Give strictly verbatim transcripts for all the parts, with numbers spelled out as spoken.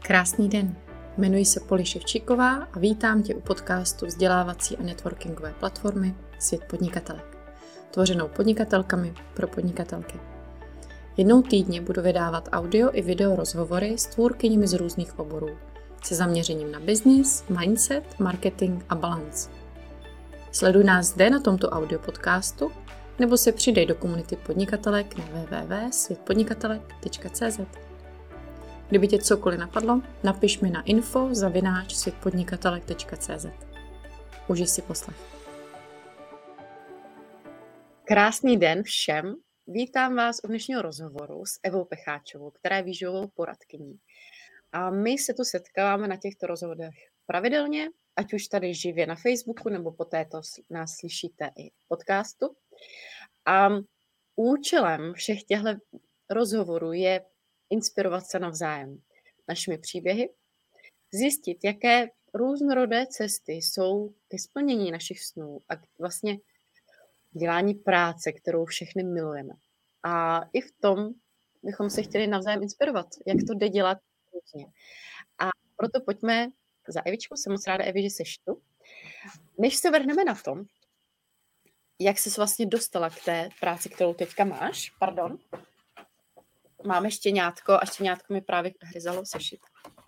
Krásný den, jmenuji se Poli Ševčíková a vítám tě u podcastu vzdělávací a networkingové platformy Svět podnikatelek, tvořenou podnikatelkami pro podnikatelky. Jednou týdně budu vydávat audio i video rozhovory s tvůrkyněmi z různých oborů, se zaměřením na business, mindset, marketing a balance. Sleduj nás zde na tomto audio podcastu nebo se přidej do komunity podnikatelek na w w w tečka svět podnikatelek tečka c z. Kdyby tě cokoliv napadlo, napiš mi na info zavináč svět podnikatelek tečka c z. Užij si poslech. Krásný den všem. Vítám vás u dnešního rozhovoru s Evou Pecháčovou, která je výživovou poradkyní. A my se tu setkáváme na těchto rozhovorech pravidelně, ať už tady živě na Facebooku, nebo poté to nás slyšíte i v podcastu. A účelem všech těchto rozhovorů je inspirovat se navzájem našimi příběhy, zjistit, jaké různorodé cesty jsou ke splnění našich snů a vlastně dělání práce, kterou všechny milujeme. A i v tom bychom se chtěli navzájem inspirovat, jak to jde dělat různě. A proto pojďme za Evičkou, jsem moc ráda, Evi, že seš tu. Než se vrhneme na tom, jak jsi vlastně dostala k té práci, kterou teďka máš, pardon, máme štěňátko a štěňátko mi právě hryzalo sešit.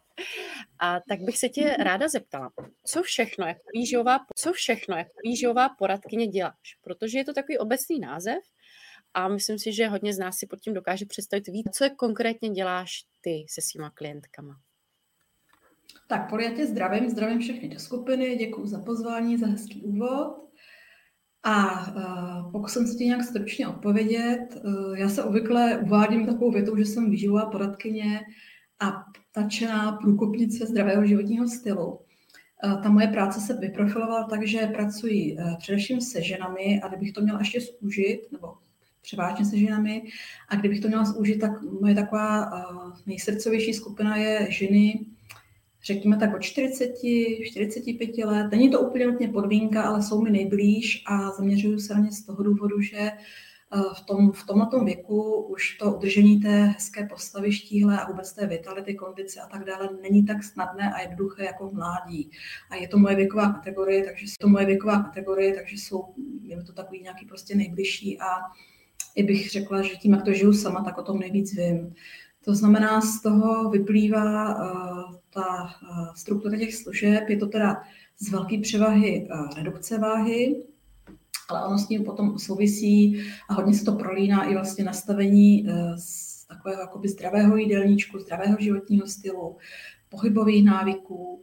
A tak bych se tě ráda zeptala, co všechno jako výživová, co všechno jako výživová poradkyně děláš? Protože je to takový obecný název a myslím si, že hodně z nás si pod tím dokáže představit víc. Co je konkrétně děláš ty se svýma klientkama? Tak, Poli, já tě zdravím, zdravím všechny do skupiny, děkuju za pozvání, za hezký úvod. A uh, pokusím se ti nějak stručně odpovědět. Uh, já se obvykle uvádím takovou větou, že jsem výživová poradkyně a nadšená průkopnice zdravého životního stylu. Uh, ta moje práce se vyprofilovala tak, že pracuji uh, především se ženami a kdybych to měla ještě zúžit, nebo převážně se ženami, a kdybych to měla zúžit, tak moje taková uh, nejsrdcovější skupina je ženy, řekněme tak od čtyřiceti, čtyřiceti pěti let. Není to úplně nutně podmínka, ale jsou mi nejblíž a zaměřuju se na ně z toho důvodu, že v, tom, v tomhletom věku už to udržení té hezké postavy, štíhle a vůbec té vitality, kondice a tak dále není tak snadné a jednoduché jako v mládí. A je to moje věková kategorie, takže to moje věková kategorie, takže jsou, je to takový nějaký prostě nejbližší a i bych řekla, že tím, jak to žiju sama, tak o tom nejvíc vím. To znamená, z toho vyplývá uh, ta uh, struktura těch služeb. Je to teda z velké převahy uh, redukce váhy, ale ono s tím potom souvisí a hodně se to prolíná i vlastně nastavení uh, z takového jakoby zdravého jídelníčku, zdravého životního stylu, pohybových návyků.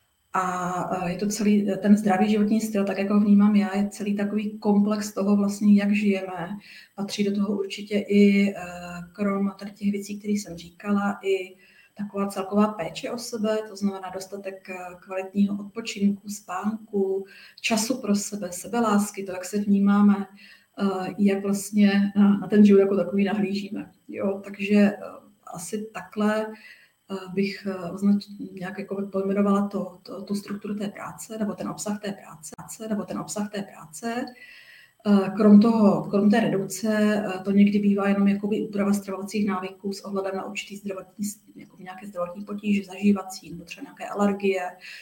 A je to celý ten zdravý životní styl, tak jako ho vnímám já, je celý takový komplex toho vlastně, jak žijeme. Patří do toho určitě i krom tady těch věcí, které jsem říkala, i taková celková péče o sebe, to znamená dostatek kvalitního odpočinku, spánku, času pro sebe, sebelásky, to, jak se vnímáme, jak vlastně na ten život jako takový nahlížíme. Jo, takže asi takhle bych označ, nějak jako pojmenovala to, to, tu strukturu té práce, nebo ten obsah té práce, nebo ten obsah té práce. Krom toho, krom té redukce, to někdy bývá jenom jakoby úprava stravovacích návyků s ohledem na určitý zdravotní, jako nějaké zdravotní potíže, zažívací, nebo třeba nějaké alergie,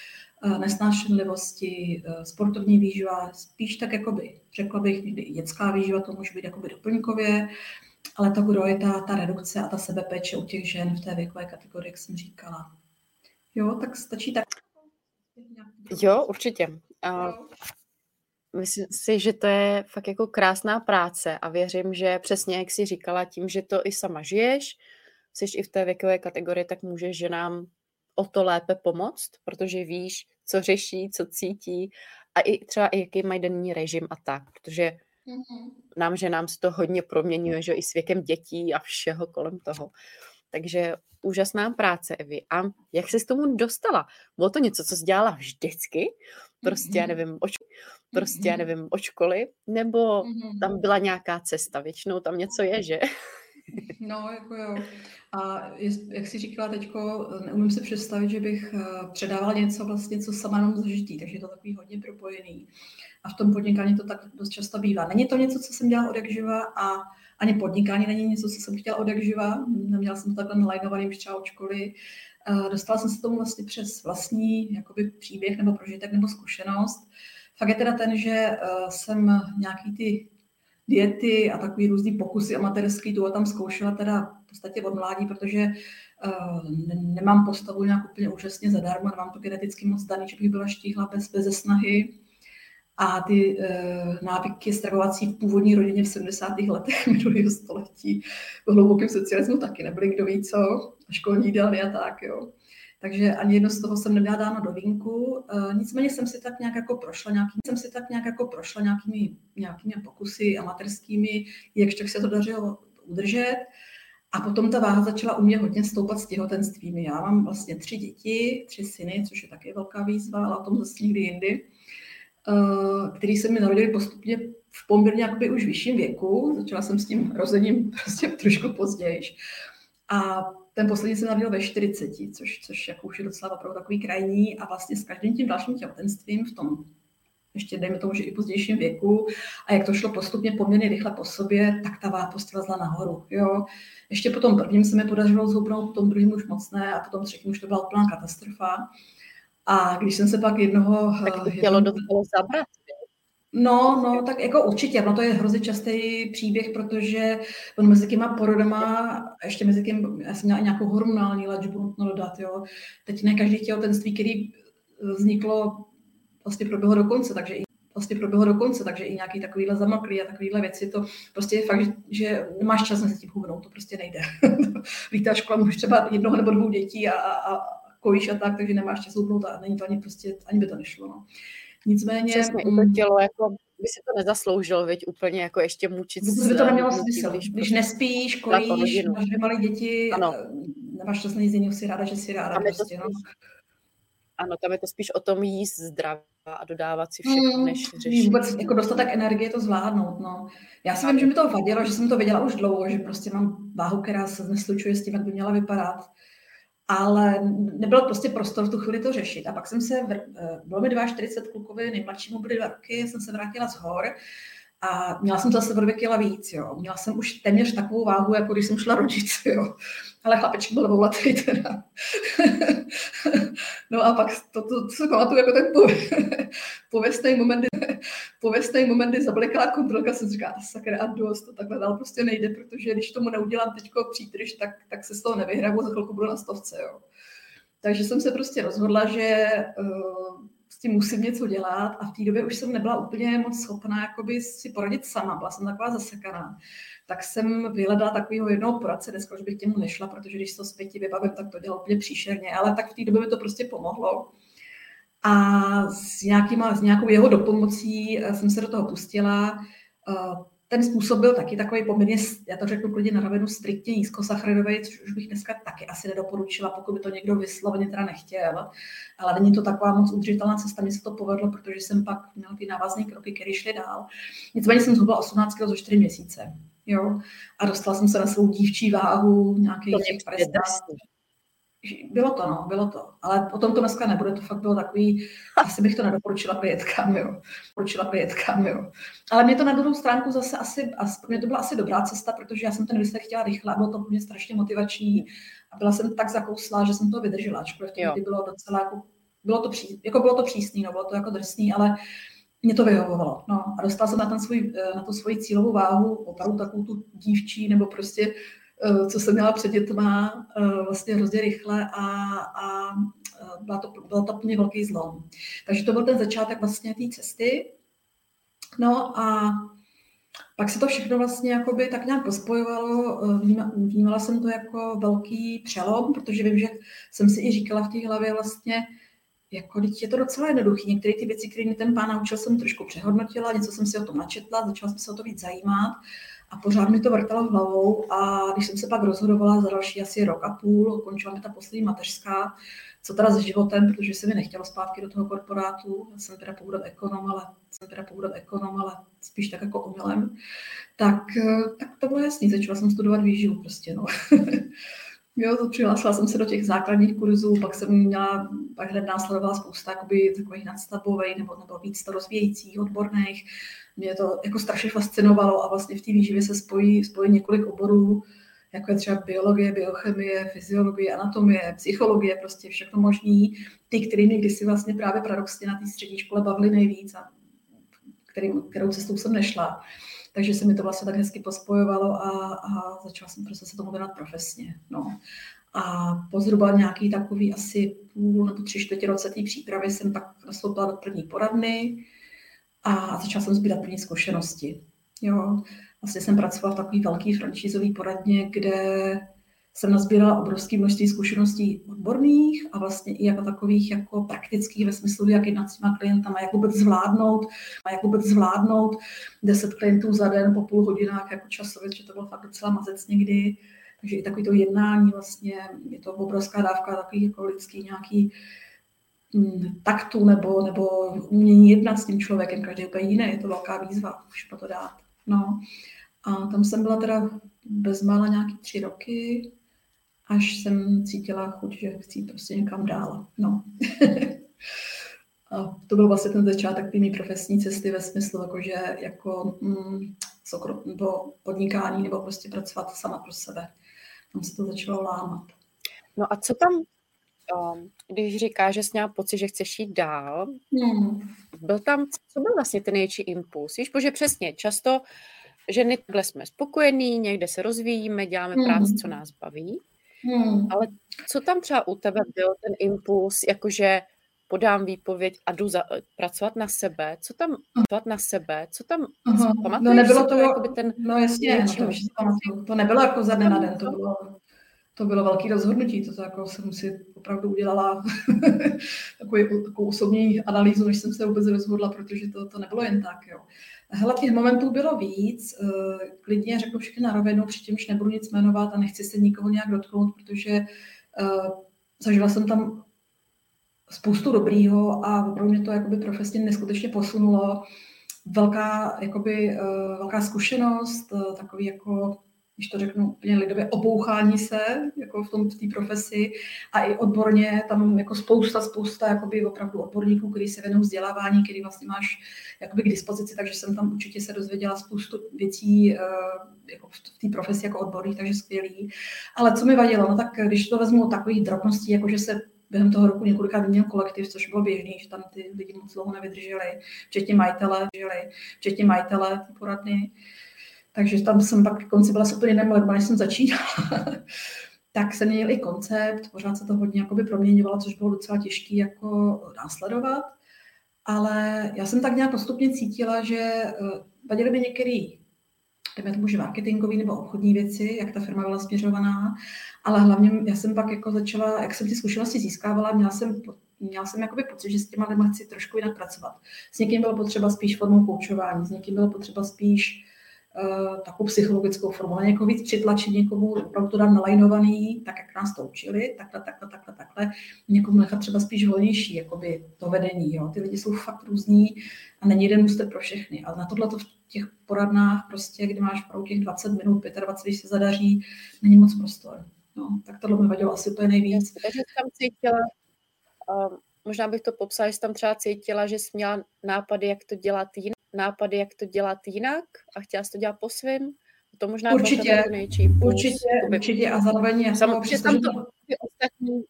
nesnášenlivosti, sportovní výživa, spíš tak jakoby, řekla bych, někdy i dětská výživa, to může být jakoby doplňkově, ale to, kdo je ta, ta redukce a ta sebepéče u těch žen v té věkové kategorii, jak jsem říkala. Jo, tak stačí tak. Jo, určitě. Uh, myslím si, že to je fakt jako krásná práce a věřím, že přesně jak jsi říkala, tím, že to i sama žiješ, jsi i v té věkové kategorii, tak můžeš ženám o to lépe pomoct, protože víš, co řeší, co cítí a i třeba i jaký mají denní režim a tak, protože mm-hmm. nám, že nám se to hodně proměňuje, že i s věkem dětí a všeho kolem toho. Takže úžasná práce, Evi. A jak jsi s tomu dostala? Bylo to něco, co jsi dělala vždycky? Prostě, já nevím, od, prostě, já nevím, od školy? Nebo tam byla nějaká cesta? Většinou tam něco je, že? No, jako jo. A jak jsi říkala teďko, neumím si představit, že bych předávala něco vlastně, co sama jenom zažitý, takže je to takový hodně propojený. A v tom podnikání to tak dost často bývá. Není to něco, co jsem dělala od jak živa a ani podnikání není něco, co jsem chtěla odjakživa. Neměla jsem to takhle nalajnovaný už třeba od školy. Dostala jsem se tomu vlastně přes vlastní jakoby příběh nebo prožitek nebo zkušenost. Fakt je teda ten, že jsem nějaký ty diety a takový různý pokusy amatérský tu a tam zkoušela teda v podstatě od mládí, protože nemám postavu nějak úplně úžasně zadarmo, nemám to geneticky moc daný, že bych byla štíhla bez, bez snahy. A ty uh, návyky stravovací v původní rodině v sedmdesátých letech minulého století v hlubokém socialismu taky nebyly kdo ví co, školní jídelny a tak, jo. Takže ani jedno z toho jsem neměla dáno do vínku. Uh, nicméně jsem si tak nějak jako prošla, nějaký, jsem si tak nějak jako prošla nějakými, nějakými pokusy amatérskými, jakž tak se to dařilo udržet. A potom ta váha začala u mě hodně stoupat s těhotenstvími. Já mám vlastně tři děti, tři syny, což je taky velká výzva, ale o tom zase někdy jindy, který se mi narodili postupně v poměrně jakoby už vyšším věku. Začala jsem s tím rozením prostě trošku později. A ten poslední se narodil ve čtyřiceti, což, což jako už je docela opravdu takový krajní. A vlastně s každým tím dalším těhotenstvím v tom ještě dejme tomu, že i pozdějším věku, a jak to šlo postupně poměrně rychle po sobě, tak ta váha prostě lezla nahoru. Jo. Ještě po tom prvním se mi podařilo zhubnout, po tom druhým už moc ne, a po tom třetím už to byla úplná katastrofa. A když jsem se pak jednoho... Tak to chtělo do toho zabrat. No, no, tak jako určitě, no to je hrozně častý příběh, protože on mezi těma porodama, ještě mezi tím, já jsem měla i nějakou hormonální léčbu, nutno dodat, jo. Teď ne každý těhotenství, který vzniklo, vlastně proběhlo do konce, takže i vlastně proběhlo do konce, takže i nějaký takovýhle zamaklý a takovýhle věci, to prostě je fakt, že nemáš čas mezi tím hubnout, to prostě nejde. Lítáš škola, můžeš třeba jednoho nebo dvou dětí a, a, a kojíš a tak, takže nemáš čas hubnout a není to ani prostě, ani by to nešlo, no. Nicméně... Přesně, mm, to tělo jako by si to nezasloužilo, veď úplně jako ještě mučit. Vůbec by to nemělo smysl. Když, když nespíš, kojíš, máš dvě malé děti, ano. Nemáš čas na nic jiného, si ráda, že si ráda. Prostě, spíš, no. Ano, tam je to spíš o tom jíst zdravě a dodávat si všechno, hmm, než řešit. Vůbec jako dostatek energie to zvládnout, no. Já si vím, že mi to vadilo, že jsem to věděla už dlouho, že prostě mám váhu, která se neslučuje s tím, jak by měla vypadat. Ale nebyl prostě prostor v tu chvíli to řešit. A pak jsem se, bylo mi čtyřicet dva klukovi, nejmladšímu byly dva roky, jsem se vrátila z hor a měla jsem zase o dvě kila víc, jo. Měla jsem už téměř takovou váhu, jako když jsem šla rodit, jo. Ale chlapeček byl dvouletý teda. No a pak to, to, to se pamatuju jako ten pověstný moment, pověstný moment, kdy zablikala kontrolka, jsem říkala, sakra a dost, to takhle dál prostě nejde, protože když tomu neudělám teďko přítrž, tak, tak se z toho nevyhrabu, za chvilku budu na stovce, jo. Takže jsem se prostě rozhodla, že uh, s tím musím něco dělat a v té době už jsem nebyla úplně moc schopná jakoby si poradit sama, byla jsem taková zasekaná. Tak jsem vyhledala takového jednoho poradce, dneska už bych k němu nešla, protože když to zpětí vybavím, tak to dělal úplně příšerně, ale tak v té době mi to prostě pomohlo. A s, nějakýma, s nějakou jeho dopomocí jsem se do toho pustila. Ten způsob byl taky takový poměrně, já to řeknu klidně na rovinu, striktně nízkosacharidový, což už bych dneska taky asi nedoporučila, pokud by to někdo vysloveně teda nechtěl. Ale není to taková moc udržitelná cesta, mně se to povedlo, protože jsem pak měla ty návazné kroky, které šly dál. Nicméně jsem zhubla osmnáct kilogramů za čtyři měsíce. Jo? A dostala jsem se na svou dívčí váhu, nějakých padesát. Bylo to, no, bylo to. Ale o tom to dneska nebude, to fakt bylo takový, asi bych to nedoporučila klientkám, jo. Poručila klientkám, jo. Ale mě to na druhou stránku zase asi, asi, mě to byla asi dobrá cesta, protože já jsem ten výsledek chtěla rychle, bylo to pro mě strašně motivační a byla jsem tak zakouslá, že jsem to vydržela, ačkoliv to bylo docela jako, bylo to, pří, jako bylo to přísný, no, bylo to jako drsný, ale mě to vyhovovalo, no. A dostala jsem na, ten svůj, na tu svoji cílovou váhu, opravdu takovou tu dívčí, nebo prostě co jsem měla před dětma, vlastně hrozně rychle a, a byla to, byl to plně velký zlom. Takže to byl ten začátek vlastně té cesty. No a pak se to všechno vlastně jakoby tak nějak pospojovalo. Vnímala jsem to jako velký přelom, protože vím, že jsem si i říkala v té hlavě vlastně, jako je to docela jednoduché. Některé ty věci, které mi ten pán naučil, jsem trošku přehodnotila, něco jsem si o tom načetla, začala jsem se o to víc zajímat. A pořád mi to vrtalo hlavou a když jsem se pak rozhodovala za další asi rok a půl, končila mi ta poslední mateřská, co teda s životem, protože se mi nechtělo zpátky do toho korporátu, já jsem teda původat ekonom, ale jsem teda původat ekonom, ale spíš tak jako omylem, tak, tak to bylo jasný, začala jsem studovat výživu prostě, no. Jo, přihlásila jsem se do těch základních kurzů, pak jsem měla, pak hned následovala spousta jakoby, takových nadstavbových nebo, nebo víc to rozvíjejících, odborných. Mě to jako strašně fascinovalo a vlastně v té výživě se spojí, spojí několik oborů, jako je třeba biologie, biochemie, fyziologie, anatomie, psychologie, prostě všechno možný. Ty, kterými kdysi vlastně právě paradoxně na té střední škole bavily nejvíc a který, kterou cestou jsem nešla. Takže se mi to vlastně tak hezky pospojovalo a, a začala jsem prostě se tomu věnovat profesně. No. A po zhruba nějaký takový asi půl nebo tři čtvrtě roce té přípravy jsem pak nastoupila do první poradny a začala jsem sbírat první zkušenosti. Jo. Vlastně jsem pracovala v takový velký franšízový poradně, kde jsem nazbírala obrovské množství zkušeností odborných a vlastně i jako takových jako praktických ve smyslu, jak jednat s těma klientama, jak vůbec zvládnout, a jak vůbec zvládnout deset klientů za den po půl hodinách jako časově, že to bylo fakt docela mazec někdy. Takže i takový to jednání vlastně, je to obrovská dávka takových jako lidský nějaký mm, taktu nebo, nebo umění jednat s tím člověkem, každý je úplně jiný, je to velká výzva, všechno to dát. No. A tam jsem byla teda bezmála nějaký tři roky, až jsem cítila chuť, že chci prostě někam dál. No. A to byl vlastně ten začátek té mé profesní cesty ve smyslu, jakože jako mm, sokro, nebo podnikání, nebo prostě pracovat sama pro sebe. Tam se to začalo lámat. No a co tam, když říkáš, že jsi měla pocit, že chceš jít dál, hmm. byl tam, co byl vlastně ten největší impuls? Víš, protože přesně, často ženy takhle jsme spokojení, někde se rozvíjíme, děláme hmm. práci, co nás baví, hmm. ale co tam třeba u tebe byl ten impuls, jakože podám výpověď a jdu za, pracovat na sebe, co tam pracovat na sebe, co tam uh-huh. pamatuješ? No nebylo to, to, ten no jasně, no to, to nebylo jako za den na den, to bylo, to bylo velký rozhodnutí, to, to jako jsem si opravdu udělala takovou, takovou osobní analýzu, než jsem se vůbec rozhodla, protože to, to nebylo jen tak, jo. Hele, těch momentů bylo víc, klidně řeknu všechny na rovinu, přičemž nebudu nic jmenovat a nechci se nikoho nějak dotknout, protože uh, zažila jsem tam spoustu dobrýho a opravdu mě to jakoby profesně neskutečně posunulo. Velká, jakoby, uh, velká zkušenost, uh, takový jako, když to řeknu úplně lidově, obouchání se jako v tom v té profesi a i odborně tam jako spousta, spousta jakoby opravdu odborníků, kteří se věnují vzdělávání, který vlastně máš jakoby k dispozici, takže jsem tam určitě se dozvěděla spoustu věcí uh, jako v té profesi jako odborných, takže skvělý. Ale co mi vadilo, no tak když to vezmu takových drobností, jako že se během toho roku několikrát vyměnil kolektiv, což bylo běžný, že tam ty lidi moc dlouho nevydrželi, včetně majitele, včetně majitele ty poradny. Takže tam jsem pak konci byla úplně jiném ledma, než jsem začínala. Tak se měnil i koncept, pořád se to hodně jakoby proměňovalo, což bylo docela těžké jako následovat. Ale já jsem tak nějak postupně cítila, že vadily by některý, dejme tomu, že marketingový nebo obchodní věci, jak ta firma byla směřovaná, ale hlavně já jsem pak jako začala, jak jsem ty zkušenosti získávala, měla jsem, měla jsem jakoby pocit, že s těma lidma chci trošku jinak pracovat. S někým bylo potřeba spíš formou koučování, s někým bylo potřeba spíš uh, takovou psychologickou formu, na někoho víc přitlačit, někomu opravdu to dát nalajnovaný, tak jak nás to učili, takhle, takhle, takhle, takhle, někomu nechat třeba spíš volnější, jakoby to vedení, jo. Ty lidi jsou fakt různý a není jeden ústek pro všechny. A na tohle to v těch poradnách prostě, kdy máš pro těch dvacet minut, dvacet pět, když se zadaří, není moc prostor. No, tak tohle mi vadilo asi úplně nejvíc. Takže tam cítila, uh, možná bych to popsala, že jsi tam třeba cítila, že jsi měla nápady, jak to dělat jinak, nápady, jak to dělat jinak a chtěla jsi to dělat po svém. To možná určitě, byl největší impuls. Určitě, určitě a zároveň jako samozřejmě tam to ty ostatní.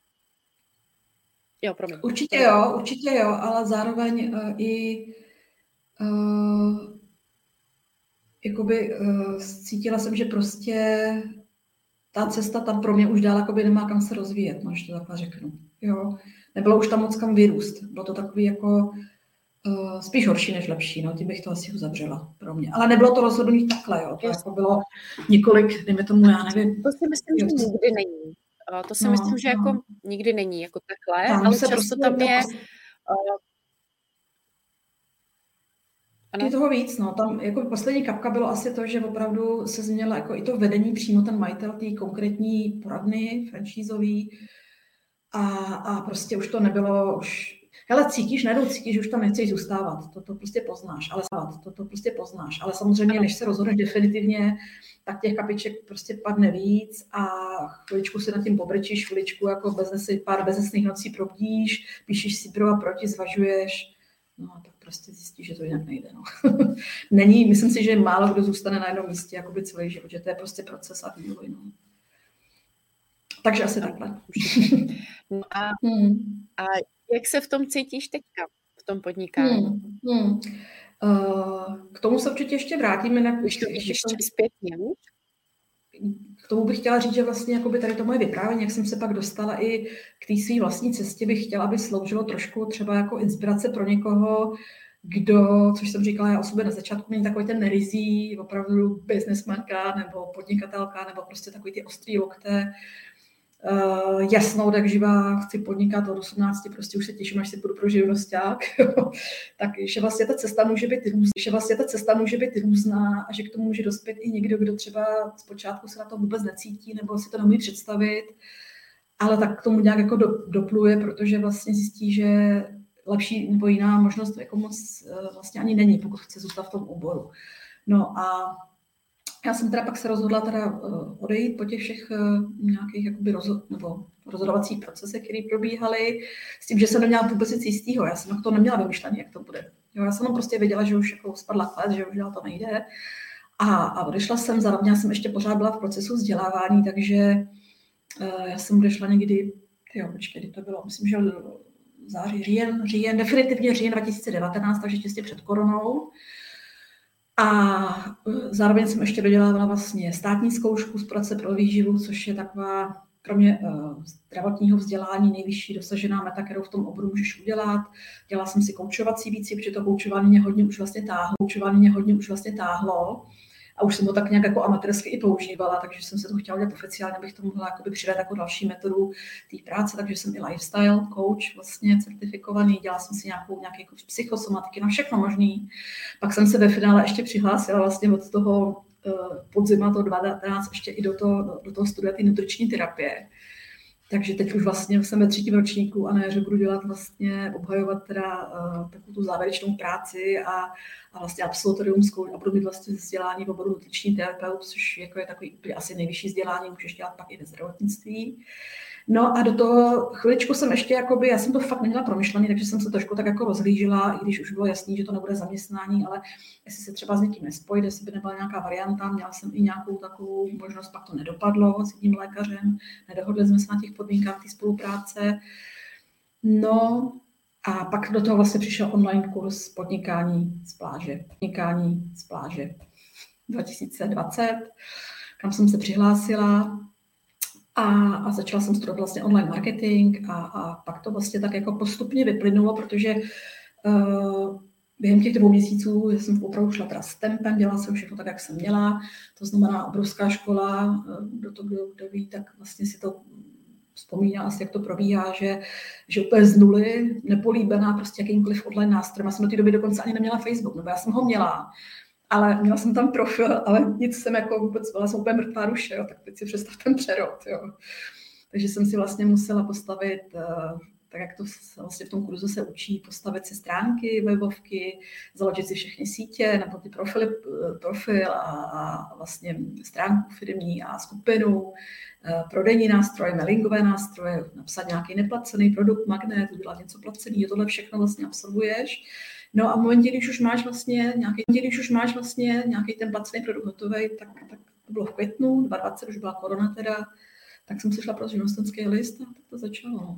Jo, promiň. Určitě jo, určitě jo, ale zároveň uh, i uh, jakoby uh, cítila jsem, že prostě ta cesta tam pro mě už dál jakoby nemá kam se rozvíjet, no, že to takhle řeknu. Jo. Nebylo už tam moc kam vyrůst. Bylo to takový jako uh, spíš horší než lepší, no, tím bych to asi uzavřela pro mě. Ale nebylo to rozhodnutí takhle, jo. To jako bylo několik, dejme tomu, já nevím. To si myslím, jo, že nikdy není. Uh, to si no, myslím, že no. jako nikdy není jako takhle, tam ale často prostě tam je... Uh, Ano. Je toho víc, no. Tam jako poslední kapka bylo asi to, že opravdu se změnila jako i to vedení přímo ten majitel té konkrétní poradny, franšízový a, a prostě už to nebylo, už Hele, cítíš, najednou cítíš, že už tam nechceš zůstávat, to, to prostě poznáš, ale to, to prostě poznáš, ale samozřejmě, než se rozhodneš definitivně, tak těch kapiček prostě padne víc a chviličku si nad tím pobrečíš, chviličku jako beznesi, pár bezesných nocí probdíš, píšeš si pro a proti, zvažuješ, no a tak prostě zjistíš, že to jinak nejde. No. Není, myslím si, že málo kdo zůstane na jednom místě jakoby celý život, že to je prostě proces a vývoj. No. Takže asi takhle. No a, hmm. a jak se v tom cítíš teďka, v tom podnikání? Hmm. Hmm. Uh, k tomu se určitě ještě vrátíme. Na, ještě ještě zpětně. K tomu bych chtěla říct, že vlastně jakoby tady to moje vyprávění, jak jsem se pak dostala i k té své vlastní cestě, bych chtěla, aby sloužilo trošku třeba jako inspirace pro někoho, kdo, což jsem říkala já o sobě na začátku, není takový ten nerizí, opravdu businessmanka nebo podnikatelka, nebo prostě takový ty ostrý lokte, Uh, jasnou, tak živá, chci podnikat od osmnácti, prostě už se těším, až si půjdu pro živnosťák. Takže vlastně ta cesta může být různá, že vlastně ta cesta může být různá a že k tomu může dospět i někdo, kdo třeba zpočátku se na to vůbec necítí nebo si to neumí představit, ale tak k tomu nějak jako do, dopluje, protože vlastně zjistí, že lepší nebo jiná možnost jako moc vlastně ani není, pokud chce zůstat v tom oboru. No a já jsem teda pak se rozhodla teda odejít po těch všech nějakých jakoby rozhod, nebo rozhodovacích procesech, které probíhaly, s tím, že jsem neměla vůbec nic jistýho. Já jsem to neměla vymyšlený, jak to bude. Jo, já jsem prostě věděla, že už jako spadla klec, že už dál to nejde. A, a odešla jsem, zároveň jsem ještě pořád byla v procesu vzdělávání, takže uh, já jsem odešla někdy, jo, počkej, kdy to bylo, myslím, že září, říjen, říjen, definitivně říjen dva tisíce devatenáct, takže těsně před koronou. A zároveň jsem ještě dodělávala vlastně státní zkoušku z poradce pro výživu, což je taková, kromě uh, zdravotního vzdělání, nejvyšší dosažená meta, kterou v tom oboru můžeš udělat. Dělala jsem si koučovací výcvik, protože to koučování mě hodně už vlastně táhlo. Koučování mě hodně už vlastně táhlo. A už jsem to tak nějak jako amatérsky i používala, takže jsem se to chtěla dělat oficiálně, abych to mohla jakoby přidat jako další metodu té práce, takže jsem i lifestyle coach vlastně certifikovaný, dělala jsem si nějakou nějaký jako psychosomatiky, no všechno možný. Pak jsem se ve finále ještě přihlásila vlastně od toho uh, podzima toho dvacet devatenáct ještě i do toho, do, do toho studia té nutriční terapie. Takže teď už vlastně jsem ve třetím ročníku a na jaře budu dělat vlastně, obhajovat teda uh, takovou tu závěrečnou práci a, a vlastně absolutorium zkoušet a budu mít vlastně vzdělání v oboru nutriční terapeut, což jako je takový asi nejvyšší vzdělání, můžeš dělat pak i ve zdravotnictví. No a do toho chviličku jsem ještě, jakoby, já jsem to fakt neměla promyšlený, takže jsem se trošku tak jako rozhlížila, i když už bylo jasný, že to nebude zaměstnání, ale jestli se třeba s někým nespojit, jestli by nebyla nějaká varianta, měla jsem i nějakou takovou možnost, pak to nedopadlo s jedním lékařem, nedohodli jsme se na těch podmínkách té spolupráce. No a pak do toho vlastně přišel online kurz podnikání z pláže, podnikání z pláže dva tisíce dvacet, kam jsem se přihlásila. A, a začala jsem studovat vlastně online marketing a, a pak to vlastně tak jako postupně vyplynulo, protože uh, během těch dvou měsíců jsem opravdu šla teda s tempem, dělala jsem všechno tak, jak jsem měla, to znamená obrovská škola, kdo to kdo, kdo ví, tak vlastně si to vzpomíná asi, jak to probíhá, že, že úplně z nuly, nepolíbená prostě jakýmkoliv online nástrojem. Já jsem do té doby dokonce ani neměla Facebook, nebo já jsem ho měla, ale měla jsem tam profil, ale nic jsem jako vůbec, byla jsem úplně mrtvá duše, jo, tak teď si představ ten přerod, jo. Takže jsem si vlastně musela postavit, tak jak to vlastně v tom kurzu se učí, postavit si stránky, webovky, založit si všechny sítě, nebo ty profily, profil a, a vlastně stránku firmní a skupinu, prodejní nástroje, mailingové nástroje, napsat nějaký neplacený produkt, magnet, udělat něco placený, tohle všechno vlastně absolvuješ. No a v momentě, když už máš vlastně nějaký, když už máš vlastně nějaký ten placený produkt hotový, tak, tak to bylo v květnu, dvacet dvacet, už byla korona teda, tak jsem si šla pro živnostenský list a tak to začalo.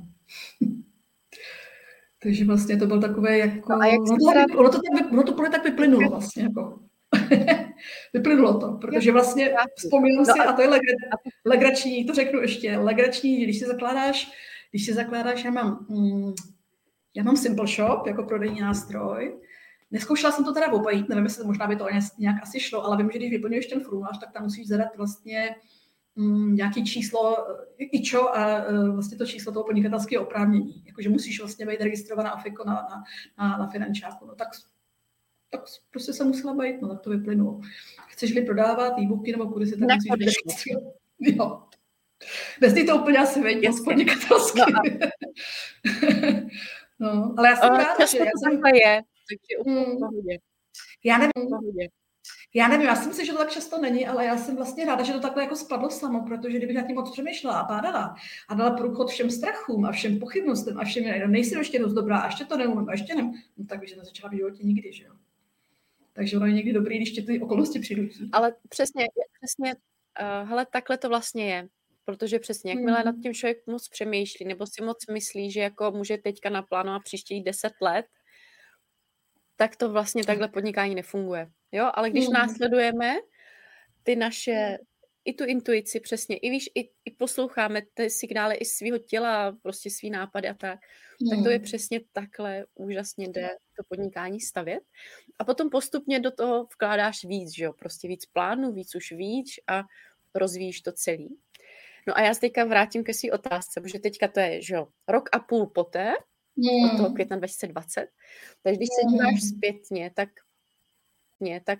Takže vlastně to byl takové jako... No a jak ono, to tak, ono, to tak, ono to podle tak vyplynulo vlastně jako. Vyplynulo to, protože vlastně vzpomínám si, a to je legrační, to řeknu ještě, legrační, když si zakládáš, když si zakládáš, já mám... Mm, Já mám Simple Shop jako prodejní nástroj. Neskoušela jsem to teda obejít, nevím, jestli možná by to nějak asi šlo, ale vím, že když vyplňuješ ten formulář, tak tam musíš zadat vlastně um, nějaké číslo ičo a uh, vlastně to číslo toho podnikatelského oprávnění. Jakože musíš vlastně být registrovaná afiko na, na, na, na finančáku. No tak, tak prostě se musela bejt, no tak to vyplynulo. Chceš-li prodávat e-booky nebo kurzy, tak musíš být registrovat. Jo. Bez to úplně asi vědět, podnikatelsky. No No, ale já jsem Uh, ráda, často že já to jsem... takhle je, takže úplně v Hmm. pohodě. Já nevím, V pohodě. Já nevím, já si myslím, že to tak často není, ale já jsem vlastně ráda, že to takhle jako spadlo samo, protože kdybych nad tím moc přemýšlela a bádala a dala průchod všem strachům a všem pochybnostem a všem, nejsem ještě dost dobrá a ještě to neumím a ještě nevím, no tak bych nezačala v životě nikdy, že jo. Takže ono je někdy dobrý, když tě ty okolnosti přinutí. Ale přesně, přesně, uh, hele, takhle to vlastně je. Protože přesně, jakmile Hmm. nad tím člověk moc přemýšlí, nebo si moc myslí, že jako může teďka naplánovat příští deset let, tak to vlastně takhle podnikání nefunguje. Jo, ale když Hmm. následujeme ty naše, i tu intuici přesně, i víš, i, i posloucháme ty signály i svého těla, prostě svý nápady a tak, Hmm. tak to je přesně takhle úžasně jde to podnikání stavět. A potom postupně do toho vkládáš víc, že jo, prostě víc plánů, víc už víc a rozvíjíš to celý. No a já se teďka vrátím ke své otázce, protože teďka to je, že jo, rok a půl poté, Hmm. od toho května dva tisíce dvacet, takže když se díváš zpětně, tak, ne, tak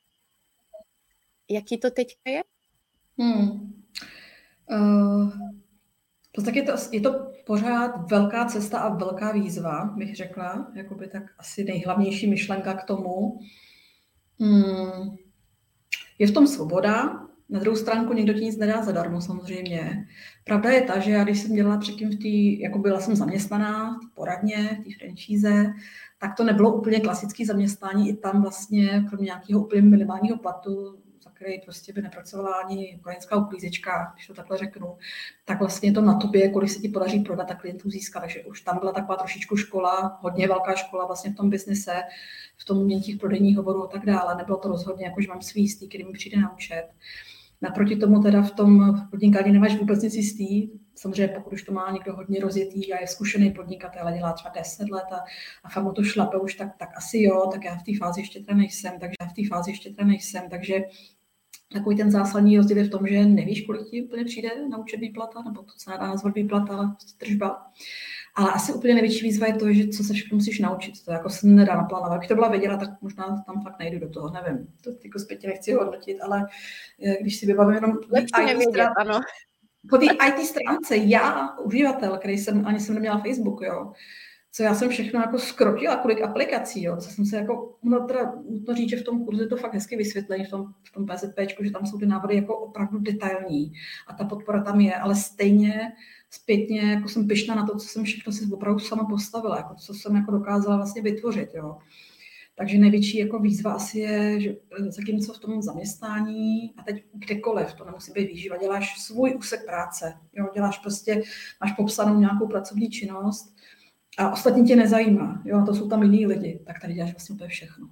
jaký to teďka je? Hmm. Uh, to tak je to, je to pořád velká cesta a velká výzva, bych řekla, jakoby tak asi nejhlavnější myšlenka k tomu. Hmm. Je v tom svoboda, na druhou stránku někdo ti nic nedá zadarmo samozřejmě. Pravda je ta, že já když jsem dělala předtím v té, jako byla jsem zaměstnaná v poradně, v té franšíze, tak to nebylo úplně klasické zaměstnání, i tam vlastně kromě nějakého úplně minimálního platu, za který prostě by nepracovala ani klientská uklízečka, když to takhle řeknu, tak vlastně je to na tobě, kolik se ti podaří prodat a klientů získat. Takže už tam byla taková trošičku škola, hodně velká škola vlastně v tom biznise, v tom mění těch prodejních hovorů a tak dále. Nebylo to rozhodně jako, že mám svý jistý, který mi přijde na účet. Naproti tomu teda v tom podnikání nemáš vůbec nic jistý. Samozřejmě pokud už to má někdo hodně rozjetý a je zkušený podnikatel a dělá třeba deset let a, a fakt mu to šlape už, tak, tak asi jo, tak já v té fázi ještě teda nejsem, takže já v té fázi ještě teda nejsem, takže takový ten zásadní rozdíl je v tom, že nevíš, kolik ti úplně přijde na účet výplata, nebo to se nedá nazvat výplata, ale prostě tržba. Ale asi úplně největší výzva je to, že co se všechno musíš naučit. To jako se nedá naplánovat. Kdybych to byla věděla, tak možná tam fakt nejdu do toho, nevím. To jako zpětně nechci hodnotit, ale když si vybavím jenom Lepší nevědět, strán... ano. Po té í té stránce, já, uživatel, který jsem, ani jsem neměla Facebook, jo, co já jsem všechno jako skrotila, kolik aplikací, jo, co jsem se jako, no teda nutno říct, že v tom kurzu je to fakt hezky vysvětlení, v tom, v tom PZPčku, že tam jsou ty návody jako opravdu detailní a ta podpora tam je, ale stejně zpětně jako jsem pyšná na to, co jsem všechno si opravdu sama postavila, jako co jsem jako dokázala vlastně vytvořit, jo. Takže největší jako výzva asi je, že zatímco v tom zaměstnání a teď kdekoliv, to nemusí být výživa, děláš svůj úsek práce, jo, děláš prostě, máš popsanou nějakou pracovní činnost a ostatní tě nezajímá, jo, a to jsou tam jiní lidi, tak tady děláš vlastně úplně všechno.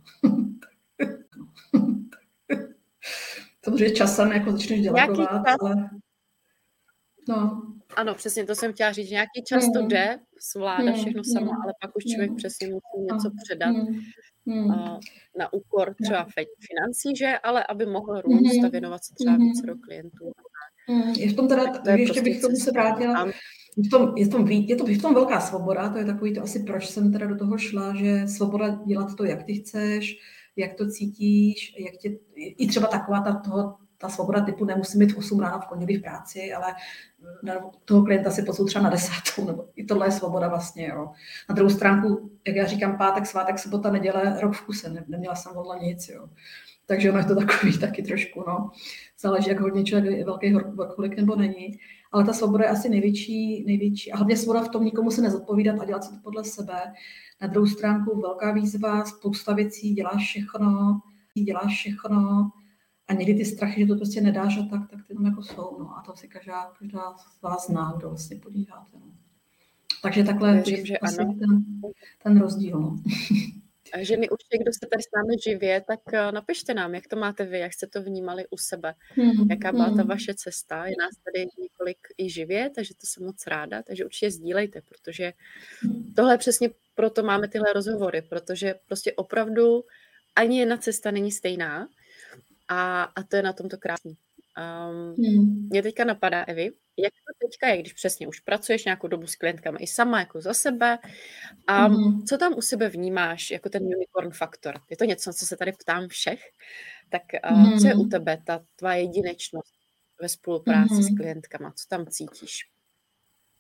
Samozřejmě časem jako začneš delegovat, ale no. Ano, přesně to jsem chtěla říct. Nějaký čas to jde, zvládá všechno samo, ale pak už člověk přesně musí něco předat uh, na úkor třeba financí, že, ale aby mohl růst a věnovat se třeba více do klientů. Je v tom teda, to je ještě prostě bych tomu se vrátila, v tom, je, v tom, je, to, je v tom velká svoboda, to je takový to asi, proč jsem teda do toho šla, že svoboda dělat to, jak ty chceš, jak to cítíš, jak tě, i třeba taková ta, toho, ta svoboda typu nemusí mít v osm ráno v pondělí v práci, ale toho klienta si pozvu třeba na desátou, nebo i tohle je svoboda vlastně, jo. Na druhou stránku, jak já říkám, pátek, svátek, sobota, neděle, rok v kuse, ne, neměla jsem volno nic, jo. Takže ono je to takový taky trošku, no. Záleží, jak hodně člověk je velký workoholik nebo není. Ale ta svoboda je asi největší, největší. A hlavně svoboda v tom nikomu se nezodpovídat a dělat si to podle sebe. Na druhou stránku velká výzva, spousta věcí, děláš všechno, děláš všechno a někdy ty strachy, že to prostě nedáš a tak, tak ty tam jako jsou. No. A to si každá, každá z vás zná, kdo vlastně podnikáte. No. Takže takhle Věřím, že asi ano. Ten, ten rozdíl. No. A ženy, určitě, kdo jste tady s námi živě, tak napište nám, jak to máte vy, jak jste to vnímali u sebe. Hmm. Jaká byla ta vaše cesta. Je nás tady několik i živě, takže to jsem moc ráda. Takže určitě sdílejte, protože tohle přesně proto máme tyhle rozhovory, protože prostě opravdu ani jedna cesta není stejná a, a to je na tomto krásný. Um, hmm. Mě teďka napadá, Evi, jak to teďka je, když přesně už pracuješ nějakou dobu s klientkami i sama, jako za sebe. A hmm. co tam u sebe vnímáš jako ten unicorn faktor? Je to něco, co se tady ptám všech? Tak uh, hmm. co je u tebe ta tvá jedinečnost ve spolupráci hmm. s klientkama? Co tam cítíš?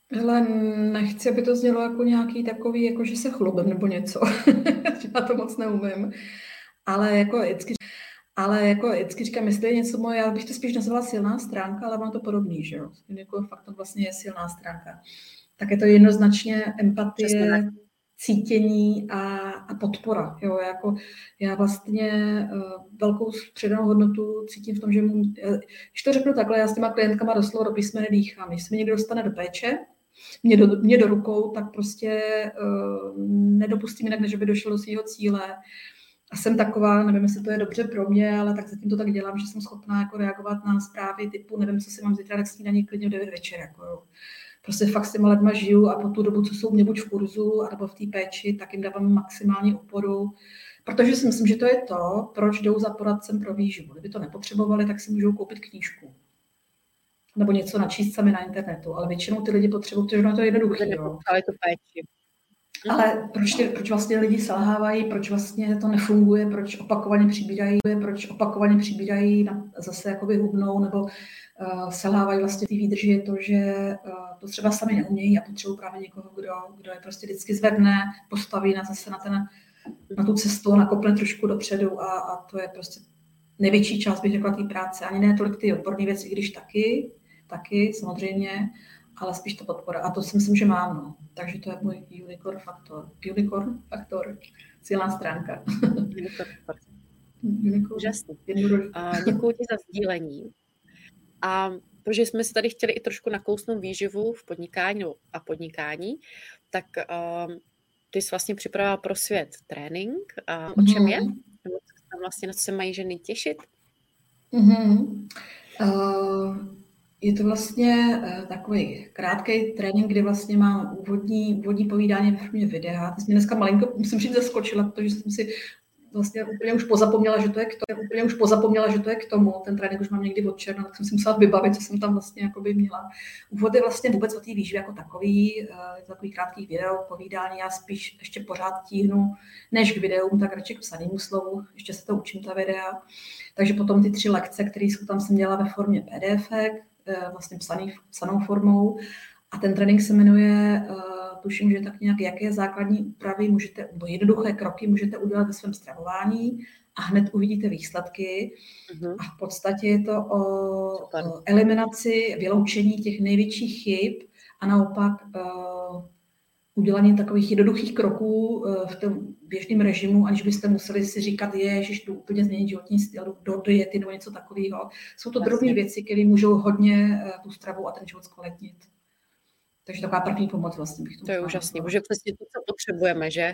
Hele, nechci, aby to znělo jako nějaký takový, jako že se chlubím nebo něco. Že já to moc neumím. Ale jako vždycky, ale jako vždycky říkám, jestli je něco moje, já bych to spíš nazvala silná stránka, ale má to podobný, že jo. Jako fakt to vlastně je silná stránka. Tak je to jednoznačně empatie, cítění a, a podpora. Jo, jako já vlastně uh, velkou přidanou hodnotu cítím v tom, že mu, když to řeknu takhle, já s těma klientkama doslova do písmene dýchám. Když se mi někdo dostane do péče, mě do, mě do rukou, tak prostě uh, nedopustím jinak, než by došlo do svého cíle. A jsem taková, nevím, jestli to je dobře pro mě, ale tak zatím to tak dělám, že jsem schopná jako reagovat na zprávy typu, nevím, co si mám zítra, tak snídaní klidně v devět večer. Jako, jo. Prostě fakt s těma lidma žiju a po tu dobu, co jsou mě buď v kurzu, nebo v té péči, tak jim dávám maximální oporu. Protože si myslím, že to je to, proč jdou za poradcem pro výživu. Kdyby to nepotřebovali, tak si můžou koupit knížku. Nebo něco načíst sami na internetu. Ale většinou ty lidi potřebují, protože ono to je jednoduché. Ale proč, ty, proč vlastně lidi selhávají, proč vlastně to nefunguje, proč opakovaně přibírají, proč opakovaně přibírají, zase jakoby hubnou, nebo uh, selhávají vlastně ty výdrži, je to, že uh, to třeba sami neumějí a potřebují právě někoho, kdo, kdo je prostě vždycky zvedne, postaví na zase na, ten, na tu cestu, nakopne trošku dopředu a, a to je prostě největší část, bych řekla, té práce. Ani ne tolik ty odborné věci, i když taky, taky samozřejmě, ale spíš to podpora. A to si myslím, že mám. No. Takže to je můj unicorn faktor. Unicorn faktor. Silná stránka. Úžasný. Děkuji ti za sdílení. A protože jsme si tady chtěli i trošku nakousnout výživu v podnikání a podnikání, tak uh, ty jsi vlastně připravila pro svět trénink. Uh, o čem je? Nebo tam vlastně na co se mají ženy těšit? Mm-hmm. Uh... Je to vlastně uh, takový krátký trénink, kde vlastně mám úvodní, úvodní povídání ve formě videa. Ty jsi mě dneska malinko, musím říct, zaskočila, protože jsem si vlastně úplně už pozapomněla, že to je k tomu, úplně už pozapomněla, že to je k tomu. Ten trénink už mám někdy od června, tak jsem si musela vybavit, co jsem tam vlastně jakoby měla. Úvod je vlastně vůbec o té výživě jako takový, uh, je to takový krátký video, povídání. Já spíš ještě pořád tíhnu, než k videům, tak radši k psanému slovu. Ještě se to učím, ta videa. Takže potom ty tři lekce, které jsem tam jsem měla ve formě P D F, vlastně psaný, psanou formou. A ten trénink se jmenuje, uh, tuším, že tak nějak, jaké základní úpravy můžete, nebo jednoduché kroky můžete udělat ve svém stravování a hned uvidíte výsledky. Uh-huh. A v podstatě je to o, o eliminaci, vyloučení těch největších chyb a naopak uh, udělání takových jednoduchých kroků uh, v tom běžném režimu, aniž byste museli si říkat, ježiš, jdu úplně změnit životní styl, do diety nebo něco takového. Jsou to drobné věci, které můžou hodně uh, tu stravu a ten život zkvalitnit. Takže taková první pomoc vlastně bych to To je úžasný, protože přesně to, co potřebujeme, že?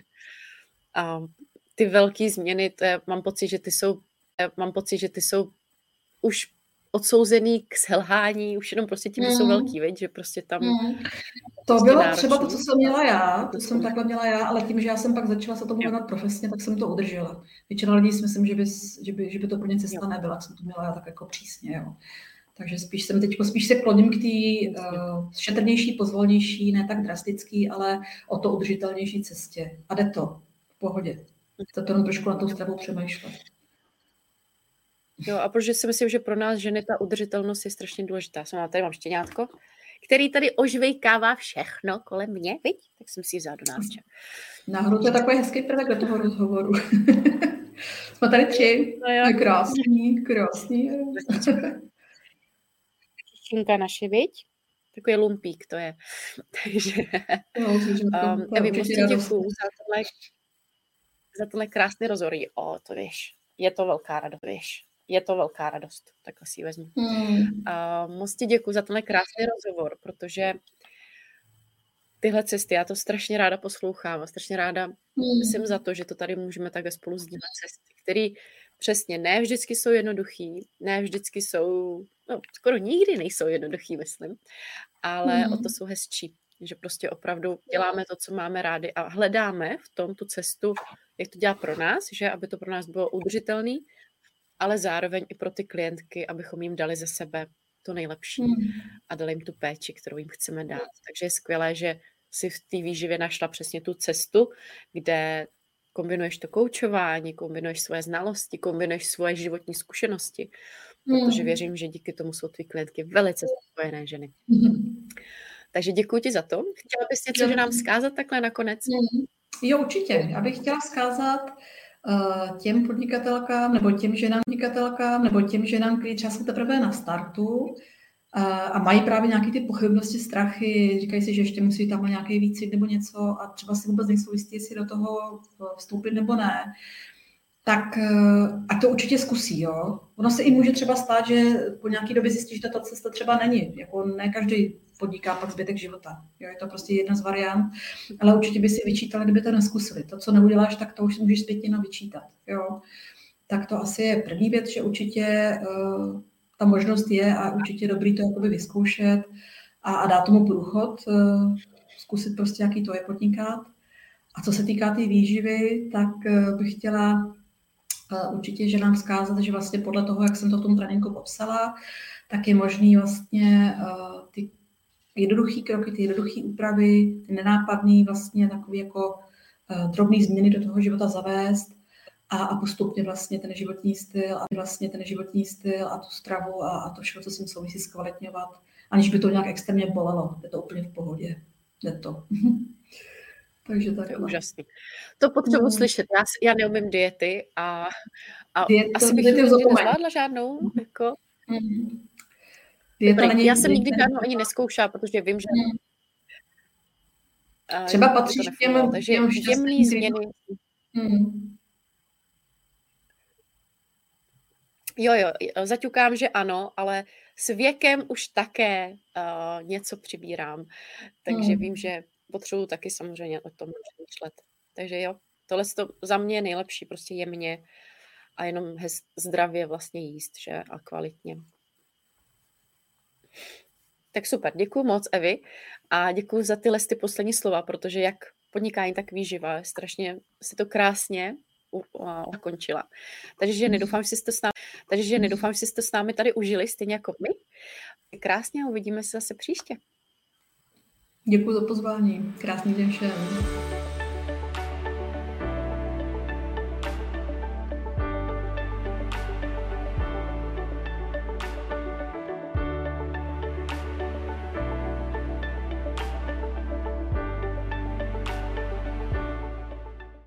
A ty velké změny, to je, mám pocit, že ty jsou, mám pocit, že ty jsou už odsouzený k selhání, už jenom prostě tím, mm. jsou velký, veď, že prostě tam... Mm. To prostě bylo náročný. Třeba to, co jsem měla já, to jsem takhle měla já, ale tím, že já jsem pak začala se tomu věnovat profesně, tak jsem to udržela. Většina lidí si myslím, že by, že by, že by to pro ně cesta jo. nebyla, jsem to měla já tak jako přísně, jo. Takže spíš jsem teď, spíš se kloním k té uh, šetrnější, pozvolnější, ne tak drastický, ale o to udržitelnější cestě. A jde to, v pohodě. To to jenom trošku na tou stravou přemýšlet. Jo, a protože si myslím, že pro nás ženy ta udržitelnost je strašně důležitá. Jsem tady mám štěňátko, který tady ožvejkává všechno kolem mě, viď? Tak jsem si vzala do nás. Náhodou to je takový hezký prvek do toho rozhovoru. Jsme tady tři. No jo. Krásný, krásný. Činka naše, viď? Takový lumpík to je. Takže no, um, Evi, moc ti děkuju za tenhle, za tenhle krásný rozhovor. O, to víš, je to velká radost, víš. Je to velká radost, takhle si ji vezmu. Hmm. Uh, moc ti děkuju za tenhle krásný rozhovor, protože tyhle cesty, já to strašně ráda poslouchám a strašně ráda hmm. jsem za to, že to tady můžeme takhle spolu sdílet cesty, které přesně ne vždycky jsou jednoduchý, ne vždycky jsou, no skoro nikdy nejsou jednoduchý, myslím, ale hmm. o to jsou hezčí, že prostě opravdu děláme to, co máme rádi a hledáme v tom tu cestu, jak to dělá pro nás, že aby to pro nás bylo udržitelný, ale zároveň i pro ty klientky, abychom jim dali ze sebe to nejlepší hmm. a dali jim tu péči, kterou jim chceme dát. Takže je skvělé, že si v té výživě našla přesně tu cestu, kde kombinuješ to koučování, kombinuješ svoje znalosti, kombinuješ svoje životní zkušenosti, protože věřím, že díky tomu jsou tvý klientky velice spojené ženy. Takže děkuji ti za to. Chtěla bys něco že nám vzkázat takhle nakonec? Jo, určitě. Já bych chtěla vzkázat uh, těm podnikatelkám, nebo těm ženám podnikatelkám, nebo těm ženám, kteří třeba jsou teprve na startu uh, a mají právě nějaké ty pochybnosti, strachy, říkají si, že ještě musí tam nějaký výcvik nebo něco a třeba si vůbec nejsou jistí, jestli do toho vstoupit nebo ne. Tak a to určitě zkusí, jo. Ono se i může třeba stát, že po nějaké době zjistí, že ta cesta třeba není. Jako ne každý podniká pak zbytek života. Jo, je to prostě jedna z variant, ale určitě by si vyčítali, kdyby to neskusili. To, co neuděláš, tak to už můžeš zpětně vyčítat, jo. Tak to asi je první věc, že určitě uh, ta možnost je a určitě dobrý to jakoby vyzkoušet a, a dát tomu průchod, uh, zkusit prostě, jaký to je podnikat. A co se týká té tý výživy, tak uh, bych chtěla určitě, že nám vzkázat, že vlastně podle toho, jak jsem to v tom tréninku popsala, tak je možný vlastně uh, ty jednoduché kroky, ty jednoduché úpravy, ty nenápadné vlastně takové jako uh, drobné změny do toho života zavést a, a postupně vlastně ten životní styl a vlastně ten životní styl a tu stravu a, a to všechno, co s tím souvisí, zkvalitňovat, aniž by to nějak extrémně bolelo. Je to úplně v pohodě. Jde to. Takže tak. To je úžasný. To potřebuji no. slyšet. Já, já neumím diety a, a Dieto, asi bych nezvládla žádnou. Mm. Jako. Mm. Dobrý, já jsem nikdy žádnou ani neskoušela, protože vím, že... Mm. Třeba patříš k těm, takže jemný změny. Mm. Jo, jo, zaťukám, že ano, ale s věkem už také uh, něco přibírám. Takže mm. vím, že potřebuji taky samozřejmě o tom přemýšlet. Takže jo, tohle to za mě je nejlepší, prostě jemně a jenom hez, zdravě vlastně jíst, že? A kvalitně. Tak super, děkuji moc, Evi, a děkuji za tyhle ty poslední slova, protože jak podnikání, tak výživa, strašně si to krásně ukončila. Takže nedoufám, že jste s námi, takže nedoufám, že jste s námi tady užili, stejně jako my. Krásně a uvidíme se zase příště. Děkuji za pozvání. Krásný den všem.